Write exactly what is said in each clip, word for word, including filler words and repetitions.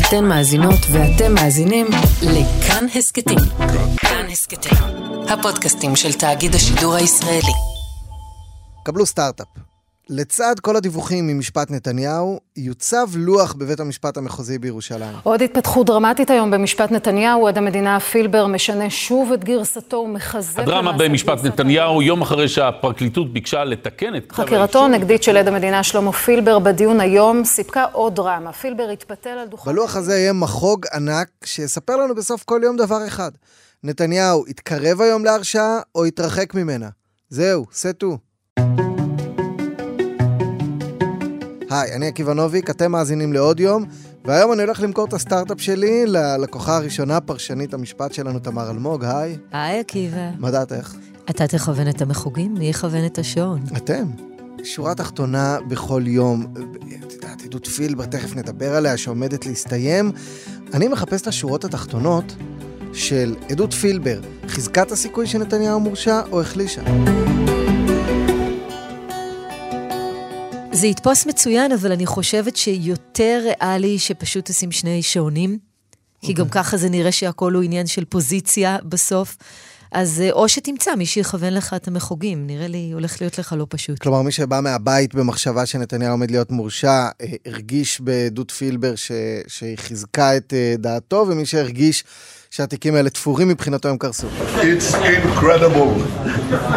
אתן מאזינות ואתם מאזינים לכאן הסקטים. כאן הסקטים, הפודקאסטים של תאגיד השידור הישראלי. קבלו סטארט-אפ. לצד כל הדיווחים ממשפט נתניהו, יוצב לוח בבית המשפט המחוזי בירושלים. עוד התפתחות דרמטית היום במשפט נתניהו, עד המדינה פילבר משנה שוב את גרסתו ומחזק... הדרמה במשפט נתניהו, יום אחרי שהפרקליטות ביקשה לתקן את... חקירתו נגדית של עד המדינה שלמה פילבר בדיון היום סיפקה עוד דרמה. פילבר התפתל על דוכן... בלוח הזה יהיה מחוג ענק שיספר לנו בסוף כל יום דבר אחד. נתניהו התקרב היום להרשעה או התרחק ממנה? זהו, סטו. היי, אני עקיבא נוביק, אתם מאזינים לעוד יום, והיום אני הולך למכור את הסטארט-אפ שלי ללקוחה הראשונה, פרשנית המשפט שלנו, תמר אלמוג. היי. היי עקיבא. מה דעתך? אתה תכוון את המחוגים, מי יכוון את השעון? אתם. שורה תחתונה בכל יום, את יודעת, עדות פילבר, תכף נדבר עליה, שעומדת להסתיים. אני מחפש את השורות התחתונות של עדות פילבר, חזקת הסיכוי שנתניהו מורשע או החלישה? זה יתפוס מצוין, אבל אני חושבת שיותר ריאלי שפשוט עושים שני שעונים, כי גם ככה זה נראה שהכל הוא עניין של פוזיציה בסוף, אז או שתמצא מי שיכוון לך את המחוגים, נראה לי הולך להיות לך לא פשוט. כלומר, מי שבא מהבית במחשבה שנתניהו עומד להיות מורשע, הרגיש בעדות פילבר ש... שהיא חיזקה את דעתו, ומי שהרגיש שהתיקים האלה תפורים מבחינתו הם קרסו. It's incredible.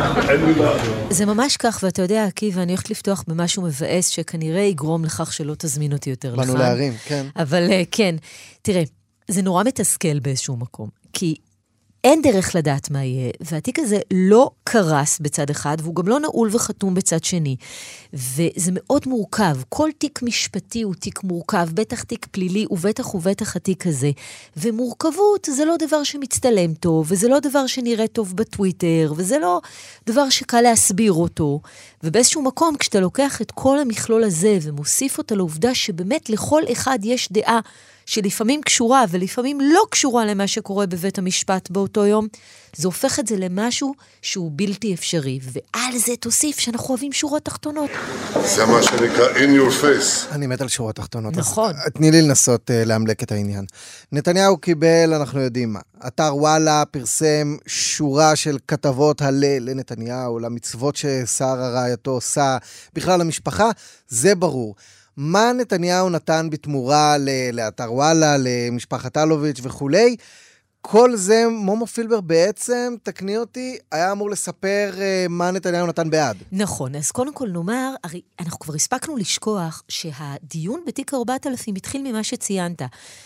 זה ממש כך, ואתה יודע, עקיבא, אני הולכת לפתוח במשהו מבאס שכנראה יגרום לכך שלא תזמין אותי יותר לך. באנו להרים, כן. אבל כן, תראה, זה נורא מתסכל באיזשהו מקום, כי אין דרך לדעת מה יהיה, והתיק הזה לא קרס בצד אחד, והוא גם לא נעול וחתום בצד שני. וזה מאוד מורכב. כל תיק משפטי הוא תיק מורכב, בטח תיק פלילי, ובטח ובטח התיק הזה. ומורכבות זה לא דבר שמצטלם טוב, וזה לא דבר שנראה טוב בטוויטר, וזה לא דבר שקל להסביר אותו. ובאיזשהו מקום, כשאתה לוקח את כל המכלול הזה, ומוסיף אותה לעובדה שבאמת לכל אחד יש דעה, שלפעמים קשורה ולפעמים לא קשורה למה שקורה בבית המשפט באותו יום, זה הופך את זה למשהו שהוא בלתי אפשרי, ועל זה תוסיף שאנחנו אוהבים שורות תחתונות. זה מה שנקרא in your face. אני מת על שורות תחתונות. נכון. אז תני לי לנסות uh, להמלק את העניין. נתניהו קיבל, אנחנו יודעים מה, אתר וואלה פרסם שורה של כתבות הלל לנתניהו, למצוות ששר הרעייתו עושה, בכלל למשפחה, זה ברור. מה נתניהו נתן בתמורה לאתר וואלה, למשפחת אלוביץ' וכולי? כל זה, מומו פילבר בעצם, תקני אותי, היה אמור לספר מה נתניהו נתן בעד. נכון, אז קודם כל נאמר, הרי אנחנו כבר הספקנו לשכוח שהדיון בתיק ארבעת אלפים התחיל ממה שציינת.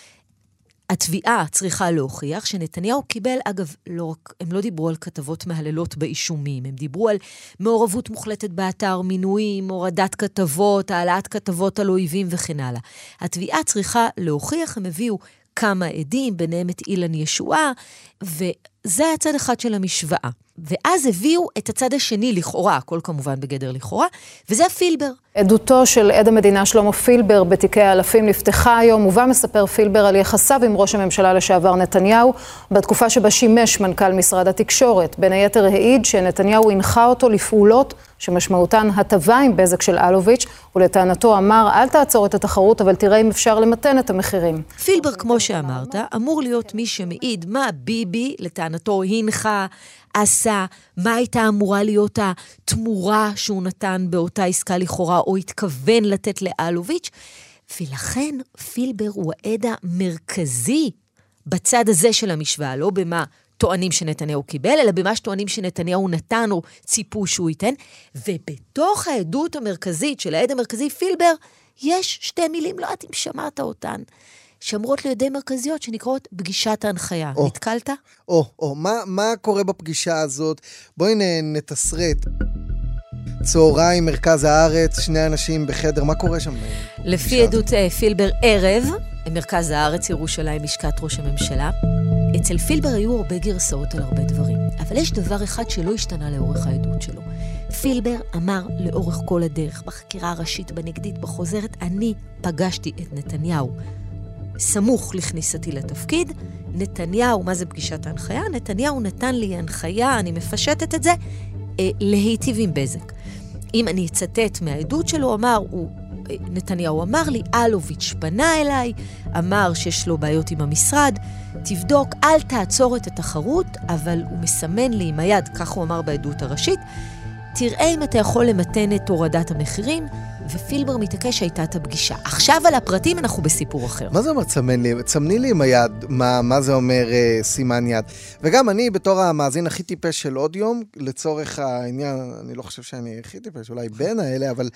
התביעה צריכה להוכיח שנתניהו קיבל, אגב, לא רק, הם לא דיברו על כתבות מהללות באישומים, הם דיברו על מעורבות מוחלטת באתר, מינויים, הורדת כתבות, העלאת כתבות על אויבים וכן הלאה. התביעה צריכה להוכיח, הם הביאו כמה עדים, ביניהם את אילן ישועה, וזה הצד אחד של המשוואה. ואז הביאו את הצד השני לכאורה, הכל כמובן בגדר לכאורה, וזה הפילבר. עדותו של עד המדינה שלמה פילבר בתיקי האלפים נפתחה היום, ובה מספר פילבר על יחסיו עם ראש הממשלה לשעבר נתניהו, בתקופה שבה שימש מנכ"ל משרד התקשורת. בין היתר העיד שנתניהו הנחה אותו לפעולות שמשמעותן הטבה עם בזק של אלוביץ', ולטענתו אמר, אל תעצור את התחרות, אבל תראה אם אפשר למתן את המחירים. פילבר, כמו שאמרת, אמור להיות מי שמעיד מה ביבי, לטענתו, הנחה, עשה, מה הייתה אמורה להיות התמורה שהוא נתן באותה עסקה לכאורה, או התכוון לתת לאלוביץ', ולכן פילבר הוא העד המרכזי בצד הזה של המשוואה, לא במה טוענים שנתניהו קיבל, אלא במה שטוענים שנתניהו נתן או ציפו שהוא ייתן, ובתוך העדות המרכזית של העד המרכזי פילבר, יש שתי מילים, לא יודעת אם שמעת אותן, שאמרות לידי מרכזיות שנקראות פגישת ההנחיה. או, נתקלת? או, או, מה, מה קורה בפגישה הזאת? בואי נתסרט. צהריים, מרכז הארץ, שני אנשים בחדר, מה קורה שם? לפי עדות פילבר ערב, מרכז הארץ, ירושלים, לשכת ראש הממשלה. אצל פילבר היו הרבה גרסאות על הרבה דברים, אבל יש דבר אחד שלא השתנה לאורך העדות שלו. פילבר אמר לאורך כל הדרך, בחקירה הראשית, בנגדית, בחוזרת, אני פגשתי את נתניהו. סמוך לכניסתי לתפקיד, נתניהו, מה זה פגישת ההנחיה? נתניהו נתן לי הנחיה, אני מפשטת את זה, אה, להיטיב עם בזק. אם אני אצטט מהעדות שלו, אמר, הוא נתניהו אמר לי, אלוביץ' פנה אליי, אמר שיש לו בעיות עם המשרד, תבדוק, אל תעצור את התחרות, אבל הוא מסמן לי עם היד, כך הוא אמר בעדות הראשית, תראה אם אתה יכול למתן את הורדת המחירים, ופילבר מתעקש שהייתה את הפגישה. עכשיו על הפרטים אנחנו בסיפור אחר. מה זה אומר צמן לי? צמני לי עם היד, מה, מה זה אומר אה, סימן יד. וגם אני בתור המאזין הכי טיפש של עוד יום, לצורך העניין, אני לא חושב שאני הכי טיפש, אולי בין האלה, אבל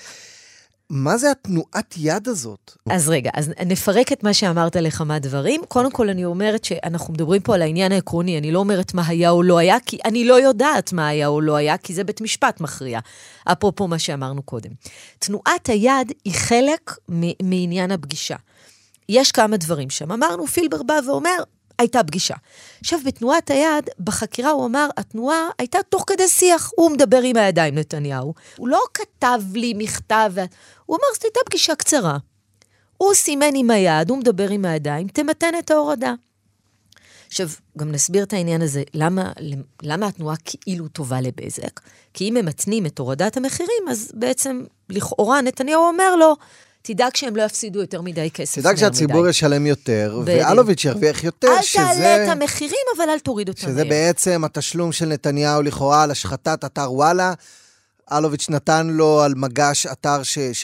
מה זה התנועת יד הזאת? אז רגע, אז נפרק את מה שאמרת לכמה דברים. קודם כל אני אומרת שאנחנו מדברים פה על העניין העקרוני, אני לא אומרת מה היה או לא היה, כי אני לא יודעת מה היה או לא היה, כי זה בית משפט מכריע. אפרופו מה שאמרנו קודם. תנועת היד היא חלק מ- מעניין הפגישה. יש כמה דברים שם. אמרנו, פילבר בא ואומר, הייתה פגישה. עכשיו, בתנועת היד, בחקירה הוא אמר, התנועה הייתה תוך כדי שיח. הוא מדבר עם הידיים, נתניהו. הוא לא כתב לי מכתב, הוא אמר, זאת הייתה פגישה קצרה. הוא סימן עם היד, הוא מדבר עם הידיים, תמתן את ההורדה. עכשיו, גם נסביר את העניין הזה, למה, למה התנועה כאילו טובה לבזק? כי אם הם מתנים את הורדת המחירים, אז בעצם לכאורה נתניהו אומר לו, תדאג שהם לא יפסידו יותר מדי כסף. תדאג שהציבור ישלם יותר, ואלוביץ' ירוויח יותר, אל תעלה את המחירים, אבל אל תוריד אותם. שזה בעצם התשלום של נתניהו לכאורה על השחטת אתר וואלה. אלוביץ' נתן לו על מגש אתר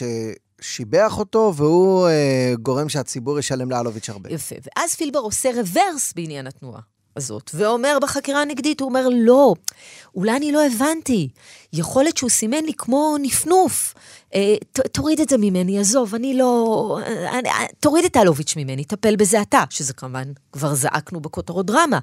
ששיבח אותו, והוא גורם שהציבור ישלם לאלוביץ' הרבה. יפה, ואז פילבר עושה רוורס בעניין התנועה הזאת, ואומר בחקירה הנגדית, הוא אומר, לא, אולי אני לא הבנתי, יכולת שהוא סימן לי כמו נפנוף, אה, ת, תוריד את זה ממני, עזוב, אני לא, אני, תוריד את אלוביץ' ממני, טפל בזה אתה, שזה כמובן כבר זעקנו בכותרות דרמה,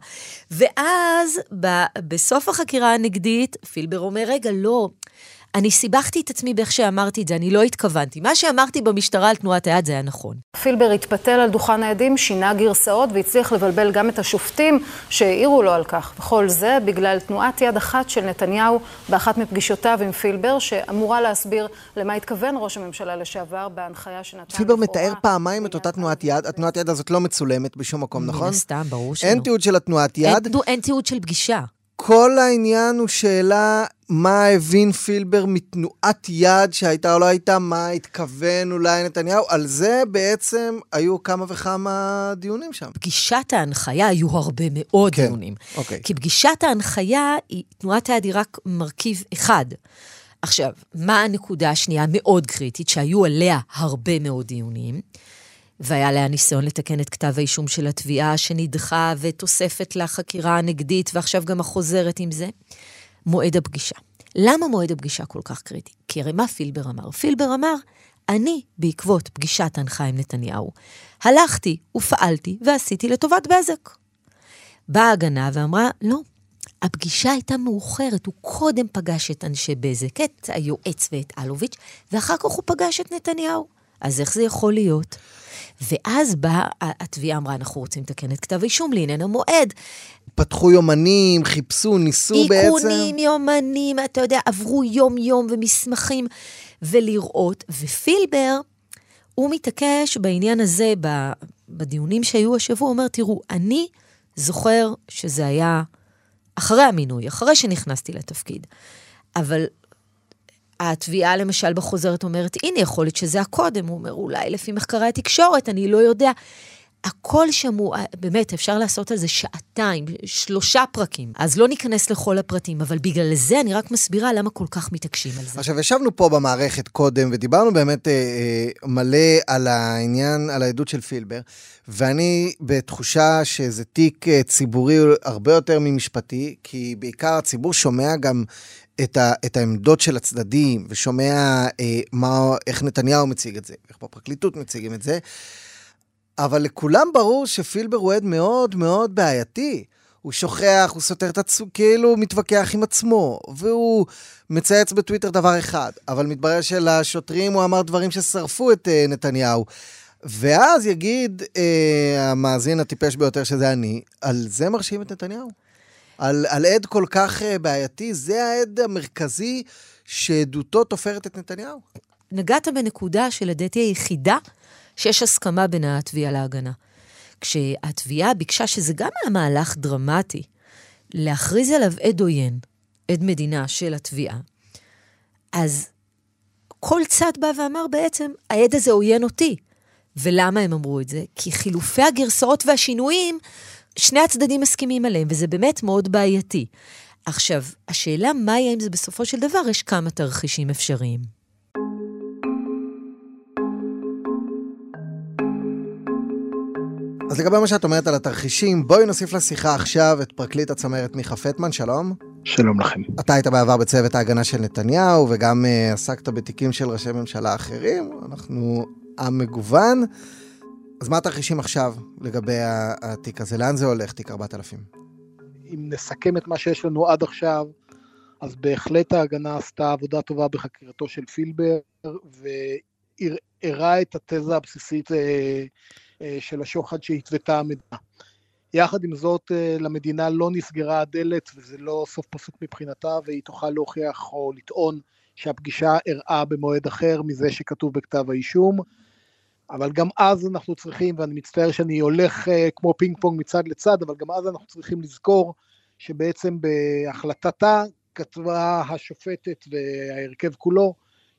ואז ב, בסוף החקירה הנגדית, פילבר אומר, רגע, לא, אני סיבכתי את עצמי באיך שאמרתי את זה, אני לא התכוונתי. מה שאמרתי במשטרה על תנועת היד זה היה נכון. פילבר התפתל על דוכן העדים, שינה גרסאות והצליח לבלבל גם את השופטים שהעירו לו על כך. וכל זה בגלל תנועת יד אחת של נתניהו באחת מפגישותיו עם פילבר, שאמורה להסביר למה התכוון ראש הממשלה לשעבר בהנחיה שנתן... פילבר מתאר פעמיים את אותה תנועת יד. התנועת יד הזאת לא מצולמת בשום מקום, נכון? מן הסתם, ברור שלא. אין תיעוד של התנועת יד. אין, אין תיעוד של פגישה. כל העניין הוא שאלה מה הבין פילבר מתנועת יד שהייתה או לא הייתה, מה התכוון אולי נתניהו, על זה בעצם היו כמה וכמה דיונים שם. פגישת ההנחיה היו הרבה מאוד כן, דיונים. אוקיי. כי פגישת ההנחיה, היא, תנועת היד היא רק מרכיב אחד. עכשיו, מה הנקודה השנייה מאוד קריטית, שהיו עליה הרבה מאוד דיונים, והיה לה ניסיון לתקן את כתב האישום של התביעה שנדחה ותוספת לחקירה הנגדית, ועכשיו גם החוזרת עם זה, מועד הפגישה. למה מועד הפגישה כל כך קריטי? כי הרי מה פילבר אמר? פילבר אמר, אני בעקבות פגישת הנחה עם נתניהו, הלכתי ופעלתי ועשיתי לטובת בזק. באה הגנה ואמרה, לא, הפגישה הייתה מאוחרת, הוא קודם פגש את אנשי בזק, את היועץ ואת אלוביץ', ואחר כך הוא פגש את נתניהו. אז איך זה יכול להיות? ואז באה, התביעה אמרה, אנחנו רוצים לתקן את כתב האישום לעניין המועד. פתחו יומנים, חיפשו, ניסו בעצם. עיקונים, יומנים, אתה יודע, עברו יום יום ומסמכים ולראות. ופילבר, הוא מתעקש בעניין הזה, בדיונים שהיו השבוע, הוא אומר, תראו, אני זוכר שזה היה אחרי המינוי, אחרי שנכנסתי לתפקיד. אבל התביעה למשל בחוזרת אומרת, הנה יכול להיות שזה הקודם, הוא אומר, אולי לפי מחקרי התקשורת, אני לא יודע. הכל שם הוא, באמת, אפשר לעשות על זה שעתיים, שלושה פרקים. אז לא ניכנס לכל הפרטים, אבל בגלל זה אני רק מסבירה למה כל כך מתעקשים על זה. עכשיו, ישבנו פה במערכת קודם, ודיברנו באמת אה, אה, מלא על העניין, על העדות של פילבר, ואני בתחושה שזה תיק אה, ציבורי הרבה יותר ממשפטי, כי בעיקר הציבור שומע גם את, ה, את העמדות של הצדדים, ושומע אה, מה, איך נתניהו מציג את זה, איך בפרקליטות מציגים את זה, אבל לכולם ברור שפילבר הוא עד מאוד מאוד בעייתי. הוא שוכח, הוא סותר את עצמו, כאילו הוא מתווכח עם עצמו, והוא מצייץ בטוויטר דבר אחד, אבל מתברר שלשוטרים הוא אמר דברים ששרפו את uh, נתניהו. ואז יגיד uh, המאזין הטיפש ביותר שזה אני, על זה מרשים את נתניהו. על, על עד כל כך uh, בעייתי, זה העד המרכזי שעדותו תופרת את נתניהו. נגעת בנקודה שלדעתי היחידה, שיש הסכמה בין התביעה להגנה. כשהתביעה ביקשה שזה גם היה מהלך דרמטי, להכריז עליו עד עוין, עד מדינה של התביעה, אז כל צד בא ואמר בעצם, העד הזה עוין אותי. ולמה הם אמרו את זה? כי חילופי הגרסאות והשינויים, שני הצדדים מסכימים עליהם, וזה באמת מאוד בעייתי. עכשיו, השאלה מה יהיה אם זה בסופו של דבר, יש כמה תרחישים אפשריים. אז לגבי מה שאת אומרת על התרחישים, בואי נוסיף לשיחה עכשיו את פרקליט הצמרת מיכה פטמן, שלום. שלום לכם. אתה היית בעבר בצוות ההגנה של נתניהו, וגם uh, עסקת בתיקים של ראשי ממשלה אחרים, אנחנו עם מגוון. אז מה התרחישים עכשיו לגבי התיק הזה? לאן זה הולך, תיק ארבעת אלפים? אם נסכם את מה שיש לנו עד עכשיו, אז בהחלט ההגנה עשתה עבודה טובה בחקירתו של פילבר, והראה את התזה הבסיסית של השוחד שהתוותה המדינה. יחד עם זאת, למדינה לא נסגרה הדלת, וזה לא סוף פסוק מבחינתה, והיא תוכל להוכיח או לטעון שהפגישה הראה במועד אחר מזה שכתוב בכתב האישום, אבל גם אז אנחנו צריכים, ואני מצטער שאני הולך כמו פינג פונג מצד לצד, אבל גם אז אנחנו צריכים לזכור שבעצם בהחלטתה כתבה השופטת וההרכב כולו,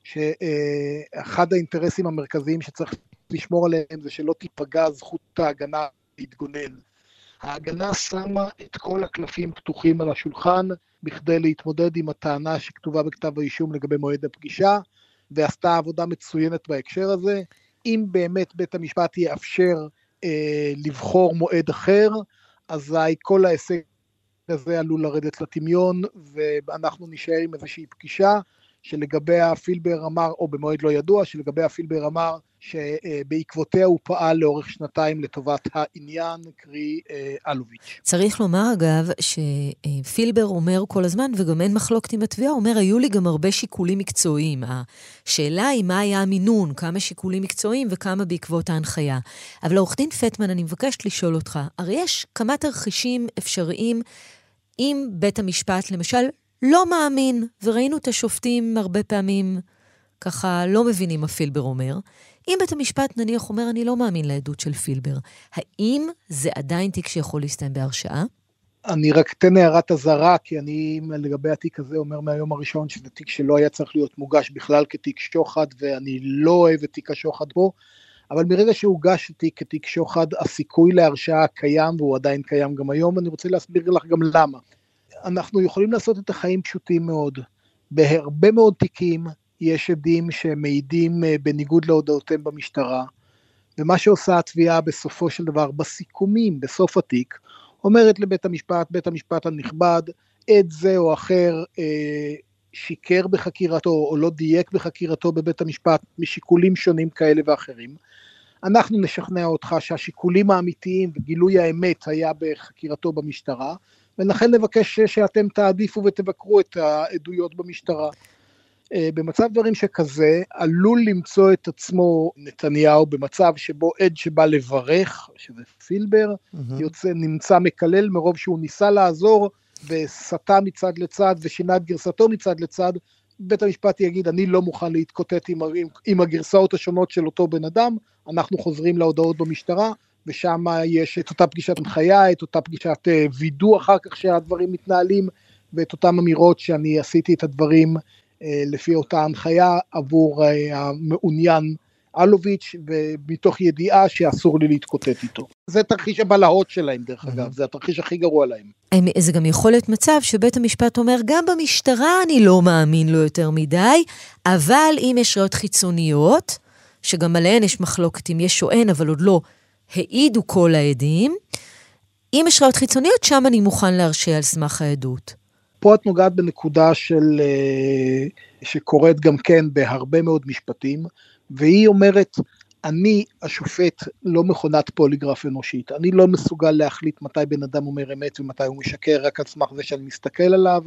שאחד האינטרסים המרכזיים שצריך לשמור עליהם זה שלא תיפגע זכות ההגנה להתגונן. ההגנה שמה את כל הקלפים פתוחים על השולחן, בכדי להתמודד עם הטענה שכתובה בכתב האישום לגבי מועד הפגישה, ועשתה עבודה מצוינת בהקשר הזה. אם באמת בית המשפט יאפשר אה, לבחור מועד אחר, אזי כל ההישג הזה עלול לרדת לטמיון, ואנחנו נשאר עם איזושהי פגישה, שלגבי הפילבר אמר, או במועד לא ידוע, שלגבי הפילבר אמר, שבעקבותיה הוא פעל לאורך שנתיים לטובת העניין, קרי אלוביץ'. צריך לומר אגב, שפילבר אומר כל הזמן, וגם אין מחלוקת עם התביעה, אומר, היו לי גם הרבה שיקולים מקצועיים. השאלה היא מה היה המינון, כמה שיקולים מקצועיים וכמה בעקבות ההנחיה. אבל עורך דין פטמן, אני מבקשת לשאול אותך, הרי יש כמה תרחישים אפשריים, אם בית המשפט למשל לא מאמין, וראינו את השופטים הרבה פעמים ככה לא מבינים מה פילבר אומר, אם בית המשפט נניח אומר אני לא מאמין לעדות של פילבר, האם זה עדיין תיק שיכול להסתיים בהרשעה? אני רק אתן הערת הזרה, כי אני לגבי התיק הזה אומר מהיום הראשון שזה תיק שלא היה צריך להיות מוגש בכלל כתיק שוחד, ואני לא אוהב את תיק השוחד בו, אבל מרגע שהוגש תיק כתיק שוחד, הסיכוי להרשעה קיים, והוא עדיין קיים גם היום, ואני רוצה להסביר לך גם למה. אנחנו יכולים לעשות את החיים פשוטים מאוד. בהרבה מאוד תיקים יש עדים שמעידים בניגוד להודעותיהם במשטרה, ומה שעושה התביעה בסופו של דבר, בסיכומים, בסוף התיק, אומרת לבית המשפט, בית המשפט הנכבד, עד זה או אחר אה, שיקר בחקירתו, או לא דייק בחקירתו בבית המשפט, משיקולים שונים כאלה ואחרים. אנחנו נשכנע אותך שהשיקולים האמיתיים וגילוי האמת היה בחקירתו במשטרה, ולכן נבקש שאתם תעדיפו ותבקרו את העדויות במשטרה. במצב דברים שכזה, עלול למצוא את עצמו נתניהו במצב שבו עד שבא לברך, שזה פילבר, mm-hmm. יוצא, נמצא מקלל מרוב שהוא ניסה לעזור, וסטה מצד לצד, ושינה את גרסתו מצד לצד, בית המשפט יגיד, אני לא מוכן להתקוטט עם, עם, עם הגרסאות השונות של אותו בן אדם, אנחנו חוזרים להודעות במשטרה, ושם יש את אותה פגישת הנחיה, את אותה פגישת וידוא אחר כך שהדברים מתנהלים, ואת אותם אמירות שאני עשיתי את הדברים לפי אותה הנחיה עבור המעוניין אלוביץ', ומתוך ידיעה שאסור לי להתקוטט איתו. זה תרחיש הבלהות שלהם דרך אגב, זה התרחיש הכי גרוע להם. זה גם יכול להיות מצב שבית המשפט אומר, גם במשטרה אני לא מאמין לו יותר מדי, אבל אם יש ראיות חיצוניות, שגם עליהן יש מחלוקת אם יש או אין, אבל עוד לא העידו כל העדים, אם יש ראיות חיצוניות, שם אני מוכן להרשיע על סמך העדות. פה את נוגעת בנקודה של, שקורית גם כן בהרבה מאוד משפטים, והיא אומרת, אני השופט לא מכונת פוליגרף אנושית, אני לא מסוגל להחליט מתי בן אדם אומר אמת ומתי הוא משקר, רק על סמך זה שאני מסתכל עליו,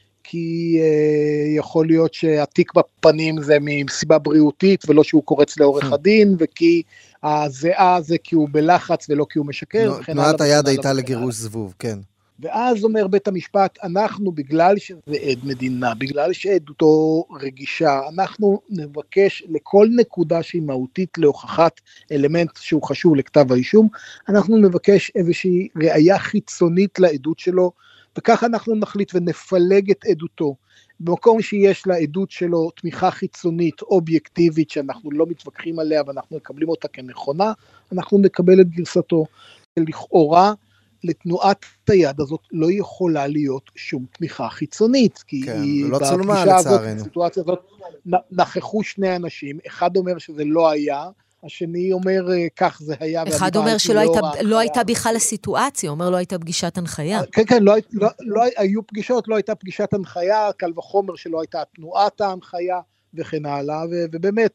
כי uh, יכול להיות שהתיק בפנים זה מסיבה בריאותית, ולא שהוא קורץ לאורך הדין, וכי הזיעה זה כי הוא בלחץ ולא כי הוא משקר. תנועת היד הייתה לגירוש זבוב, כן. ואז אומר בית המשפט, אנחנו בגלל שזה עד מדינה, בגלל שעדותו רגישה, אנחנו נבקש לכל נקודה שהיא מהותית להוכחת אלמנט שהוא חשוב לכתב האישום, אנחנו נבקש איזושהי ראייה חיצונית לעדות שלו, וכך אנחנו נחליט ונפלג את עדותו, במקום שיש לעדות שלו תמיכה חיצונית, אובייקטיבית, שאנחנו לא מתווכחים עליה, ואנחנו מקבלים אותה כנכונה, אנחנו נקבל את גרסתו. לכאורה, לתנועת היד הזאת לא יכולה להיות שום תמיכה חיצונית, כי כן, היא לא צולמה בפגישה הזאת, לצערנו. בסיטואציה הזאת, נכחו שני אנשים, אחד אומר שזה לא היה, השני אומר כך זה היה. אחד אומר שלא הייתה, לא הייתה בכלל הסיטואציה, אומר לא הייתה פגישת הנחיה. כן, כן, לא, לא, לא היו פגישות, לא הייתה פגישת הנחיה, קל וחומר שלא הייתה תנועת ההנחיה וכן הלאה, ו, ובאמת,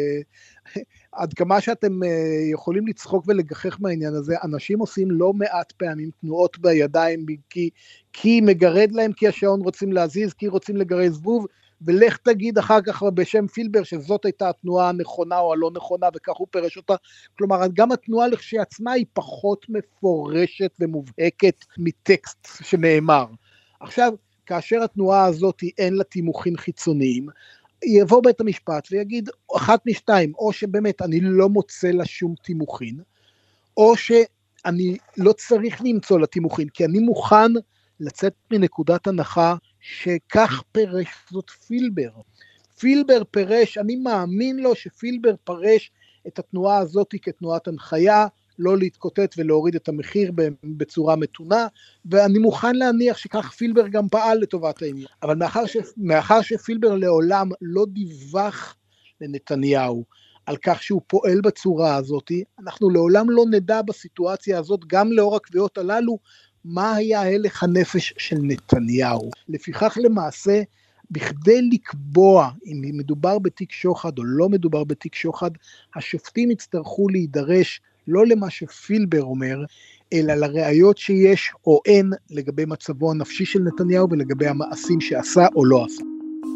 עד כמה שאתם יכולים לצחוק ולגחך מהעניין הזה, אנשים עושים לא מעט פעמים תנועות בידיים, כי, כי מגרד להם, כי השעון רוצים להזיז, כי רוצים לגרד זבוב, ולך תגיד אחר כך בשם פילבר שזאת הייתה התנועה הנכונה או הלא נכונה, וכך הוא פרש אותה. כלומר, גם התנועה לכשעצמה היא פחות מפורשת ומובהקת מטקסט שנאמר. עכשיו, כאשר התנועה הזאת אין לה תימוכין חיצוניים, יבוא בית המשפט ויגיד, אחת משתיים, או שבאמת אני לא מוצא לה שום תימוכין, או שאני לא צריך למצוא לה תימוכין, כי אני מוכן לצאת מנקודת הנחה, שכך פרש זאת פילבר. פילבר פרש, אני מאמין לו שפילבר פרש את התנועה הזאת כתנועת הנחיה, לא להתקוטט ולהוריד את המחיר בצורה מתונה, ואני מוכן להניח שכך פילבר גם פעל לטובת העניין. אבל מאחר, ש, מאחר שפילבר לעולם לא דיווח לנתניהו על כך שהוא פועל בצורה הזאת, אנחנו לעולם לא נדע בסיטואציה הזאת, גם לאור הקביעות הללו, מה היה הלך הנפש של נתניהו. לפיכך למעשה, בכדי לקבוע אם מדובר בתיק שוחד או לא מדובר בתיק שוחד, השופטים יצטרכו להידרש לא למה שפילבר אומר, אלא לראיות שיש או אין לגבי מצבו הנפשי של נתניהו ולגבי המעשים שעשה או לא עשה.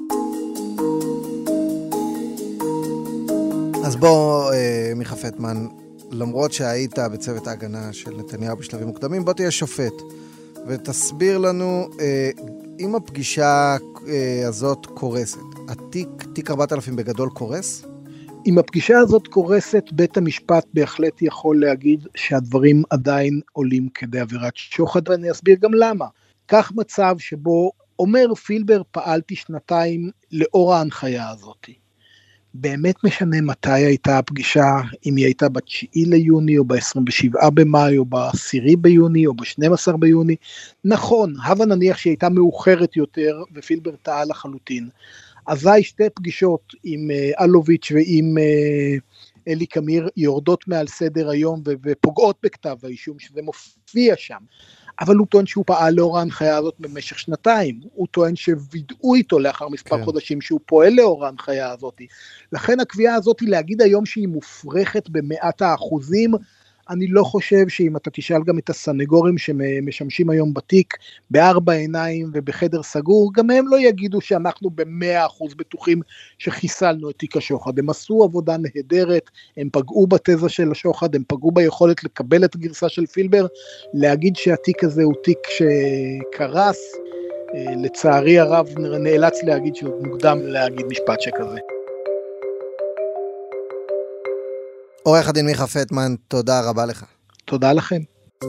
אז בוא, מיכה פטמן, למרות שהיית בצוות ההגנה של נתניהו בשלבים מוקדמים, בוא תהיה שופט, ותסביר לנו, אם הפגישה הזאת קורסת, התיק, תיק ארבעת אלפים בגדול קורס? אם הפגישה הזאת קורסת, בית המשפט בהחלט יכול להגיד שהדברים עדיין עולים כדי עבירת שוחד, ואני אסביר גם למה. כך מצב שבו אומר פילבר פעלתי שנתיים לאור ההנחיה הזאת. באמת משנה מתי הייתה הפגישה, אם היא הייתה בתשיעי ליוני, או ב-עשרים ושבעה במאי, או בעשירי ביוני, או ב-שנים עשר ביוני. נכון, הבה נניח שהיא הייתה מאוחרת יותר, ופילבר טעה לחלוטין. אזי שתי פגישות עם אלוביץ' ועם אלי קמיר יורדות מעל סדר היום, ופוגעות בכתב האישום, שזה מופיע שם. אבל הוא טוען שהוא פעל לאור ההנחיה הזאת במשך שנתיים, הוא טוען שווידאו איתו לאחר מספר כן. חודשים שהוא פועל לאור ההנחיה הזאת, לכן הקביעה הזאת היא להגיד היום שהיא מופרכת במאת האחוזים, אני לא חושב שאם אתה תשאל גם את הסנגורים שמשמשים היום בתיק, בארבע עיניים ובחדר סגור, גם הם לא יגידו שאנחנו במאה אחוז בטוחים שחיסלנו את תיק השוחד, הם עשו עבודה נהדרת, הם פגעו בתזה של השוחד, הם פגעו ביכולת לקבל את הגרסה של פילבר, להגיד שהתיק הזה הוא תיק שקרס, לצערי הרב נאלץ להגיד שהוא מוקדם להגיד משפט שכזה. עורך הדין מיכה פטמן, תודה רבה לך. תודה לכם.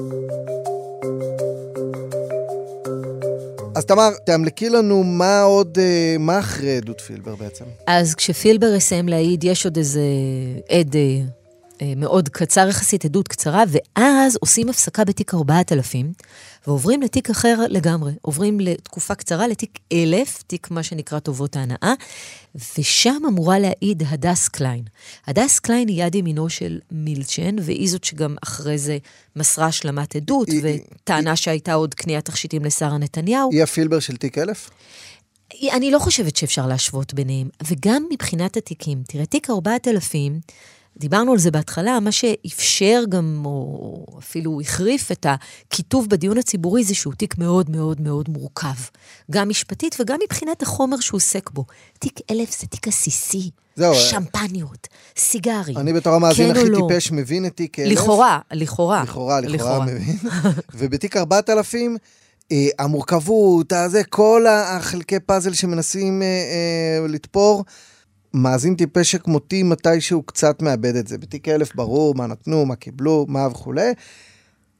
אז תמר, תאמלקי לנו מה עוד, מה אחרי עדות פילבר בעצם? אז כשפילבר יסיים להעיד, יש עוד איזה עד מאוד קצר, יחסית עדות קצרה, ואז עושים הפסקה בתיק ארבעת אלפים, ועוברים לתיק אחר לגמרי. עוברים לתקופה קצרה, לתיק אלף, תיק מה שנקרא טובות ההנאה, ושם אמורה להעיד הדס קליין. הדס קליין היא יד ימינו של מילצ'ן, והיא זאת שגם אחרי זה מסרה השלמת עדות, וטענה שהייתה עוד קניית תכשיטים לשרה נתניהו. היא הפילבר של תיק אלף? אני לא חושבת שאפשר להשוות ביניהם, וגם מבחינת התיקים. תראה, תיק ארבעת אלפים, דיברנו על זה בהתחלה, מה שאפשר גם, או אפילו החריף את הכיתוב בדיון הציבורי, זה שהוא תיק מאוד מאוד מאוד מורכב. גם משפטית וגם מבחינת החומר שהוא עוסק בו. תיק אלף זה תיק עסיסי, שמפניות, סיגרי. אני בתור המאזין הכי טיפש מבין את תיק אלף. לכאורה, לכאורה. לכאורה, לכאורה מבין. ובתיק ארבעת אלפים, המורכבות, הזה, כל החלקי פאזל שמנסים לתפור, מאזין טיפש כמותי מתי שהוא קצת מאבד את זה. בתיק אלף ברור מה נתנו, מה קיבלו, מה וכו'.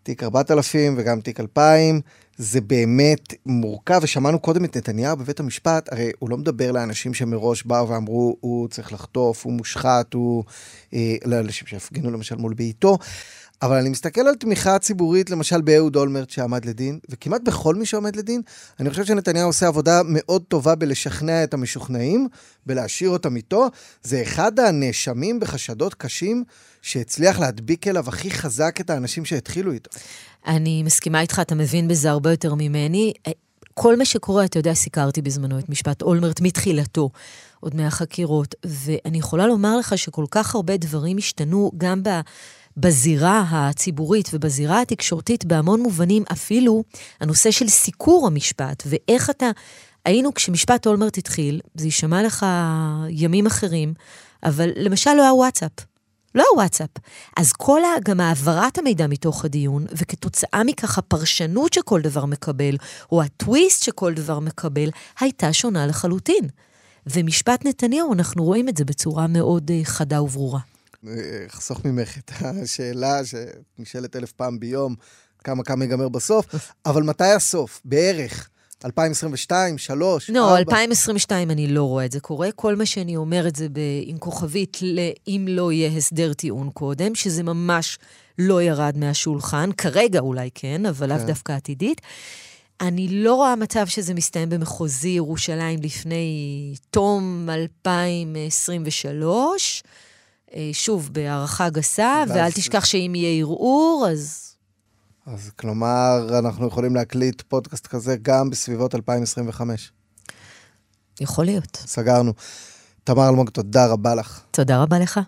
תיק ארבעת אלפים וגם תיק אלפיים, זה באמת מורכב, ושמענו קודם את נתניהו בבית המשפט, הרי הוא לא מדבר לאנשים שמראש באו ואמרו, הוא צריך לחטוף, הוא מושחת, הוא... אה, לאנשים שהפגינו למשל מול ביתו, אבל אני מסתכל על תמיכה ציבורית, למשל באהוד אולמרט שעמד לדין, וכמעט בכל מי שעומד לדין, אני חושב שנתניהו עושה עבודה מאוד טובה בלשכנע את המשוכנעים, בלהשאיר אותם איתו, זה אחד הנאשמים בחשדות קשים, שהצליח להדביק אליו הכי חזק את האנשים שהתחילו איתו. אני מסכימה איתך, אתה מבין בזה הרבה יותר ממני. כל מה שקורה, אתה יודע, סיקרתי בזמנו את משפט אולמרט מתחילתו, עוד מהחקירות, ואני יכולה לומר לך שכל כך הרבה דברים השתנו גם ב... בזירה הציבורית ובזירה התקשורתית בהמון מובנים, אפילו הנושא של סיקור המשפט, ואיך אתה, היינו כשמשפט אולמרט התחיל, זה יישמע לך ימים אחרים, אבל למשל לא היה וואטסאפ. לא היה וואטסאפ. אז כל גם העברת המידע מתוך הדיון, וכתוצאה מכך הפרשנות שכל דבר מקבל, או הטוויסט שכל דבר מקבל, הייתה שונה לחלוטין. ומשפט נתניהו, אנחנו רואים את זה בצורה מאוד חדה וברורה. חסוך ממך את השאלה שנשאלת אלף פעם ביום, כמה כמה ייגמר בסוף, אבל מתי הסוף? בערך אלפיים עשרים ושתיים, שלוש, לא, ארבע? אלפיים עשרים ושתיים אני לא רואה את זה קורה, כל מה שאני אומר את זה עם כוכבית, אם לא יהיה הסדר טיעון קודם, שזה ממש לא ירד מהשולחן, כרגע אולי כן, אבל לאו דווקא עתידית, אני לא רואה מצב שזה מסתיים במחוזי ירושלים לפני תום אלפיים עשרים ושלוש, שוב, בהערכה גסה, ואל תשכח שאם יהיה ערעור, אז... אז כלומר, אנחנו יכולים להקליט פודקאסט כזה גם בסביבות אלפיים עשרים וחמש. יכול להיות. סגרנו. תמר אלמוג, תודה רבה לך. תודה רבה לך.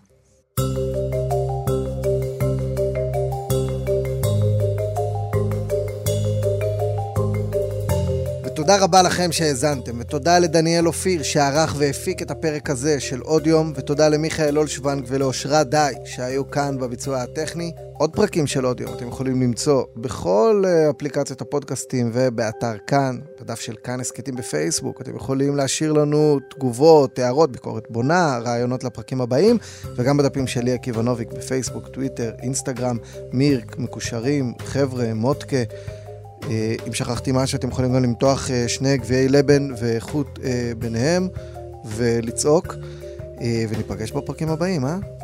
תודה רבה לכם שהאזנתם, ותודה לדניאל אופיר שערך והפיק את הפרק הזה של עוד יום, ותודה למיכאל אולשוונג ולאושרה די שהיו כאן בביצוע הטכני. עוד פרקים של עוד יום אתם יכולים למצוא בכל אפליקציות הפודקאסטים ובאתר כאן, בדף של כאן הסקטים בפייסבוק. אתם יכולים להשאיר לנו תגובות, הערות, ביקורת בונה, רעיונות לפרקים הבאים, וגם בדפים שלי עקיבא נוביק בפייסבוק, טוויטר, אינסטגרם, מירק, מקושרים, חבר'ה, מוטקה. אם שכחתי משהו, אתם יכולים גם למתוח שני גביעי לבן ואיכות ביניהם ולצעוק, וניפגש בפרקים הבאים, אה?